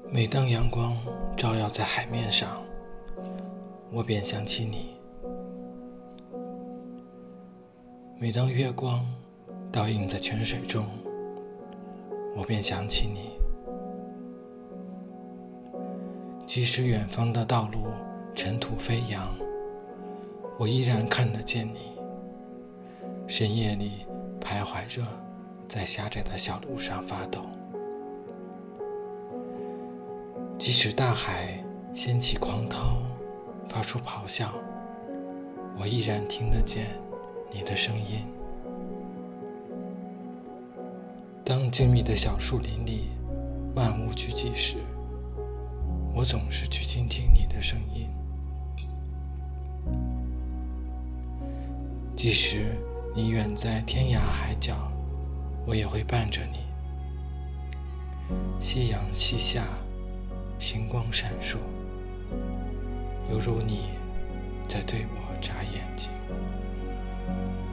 每当阳光照耀在海面上，我便想起你；每当月光倒映在泉水中，我便想起你。即使远方的道路尘土飞扬，我依然看得见你。深夜里徘徊着，在狭窄的小路上发抖。即使大海掀起狂涛，发出咆哮，我依然听得见你的声音。当静谧的小树林里万物俱寂时，我总是去倾听你的声音。即使你远在天涯海角，我也会伴着你。夕阳西下，星光闪烁，犹如你在对我眨眼睛。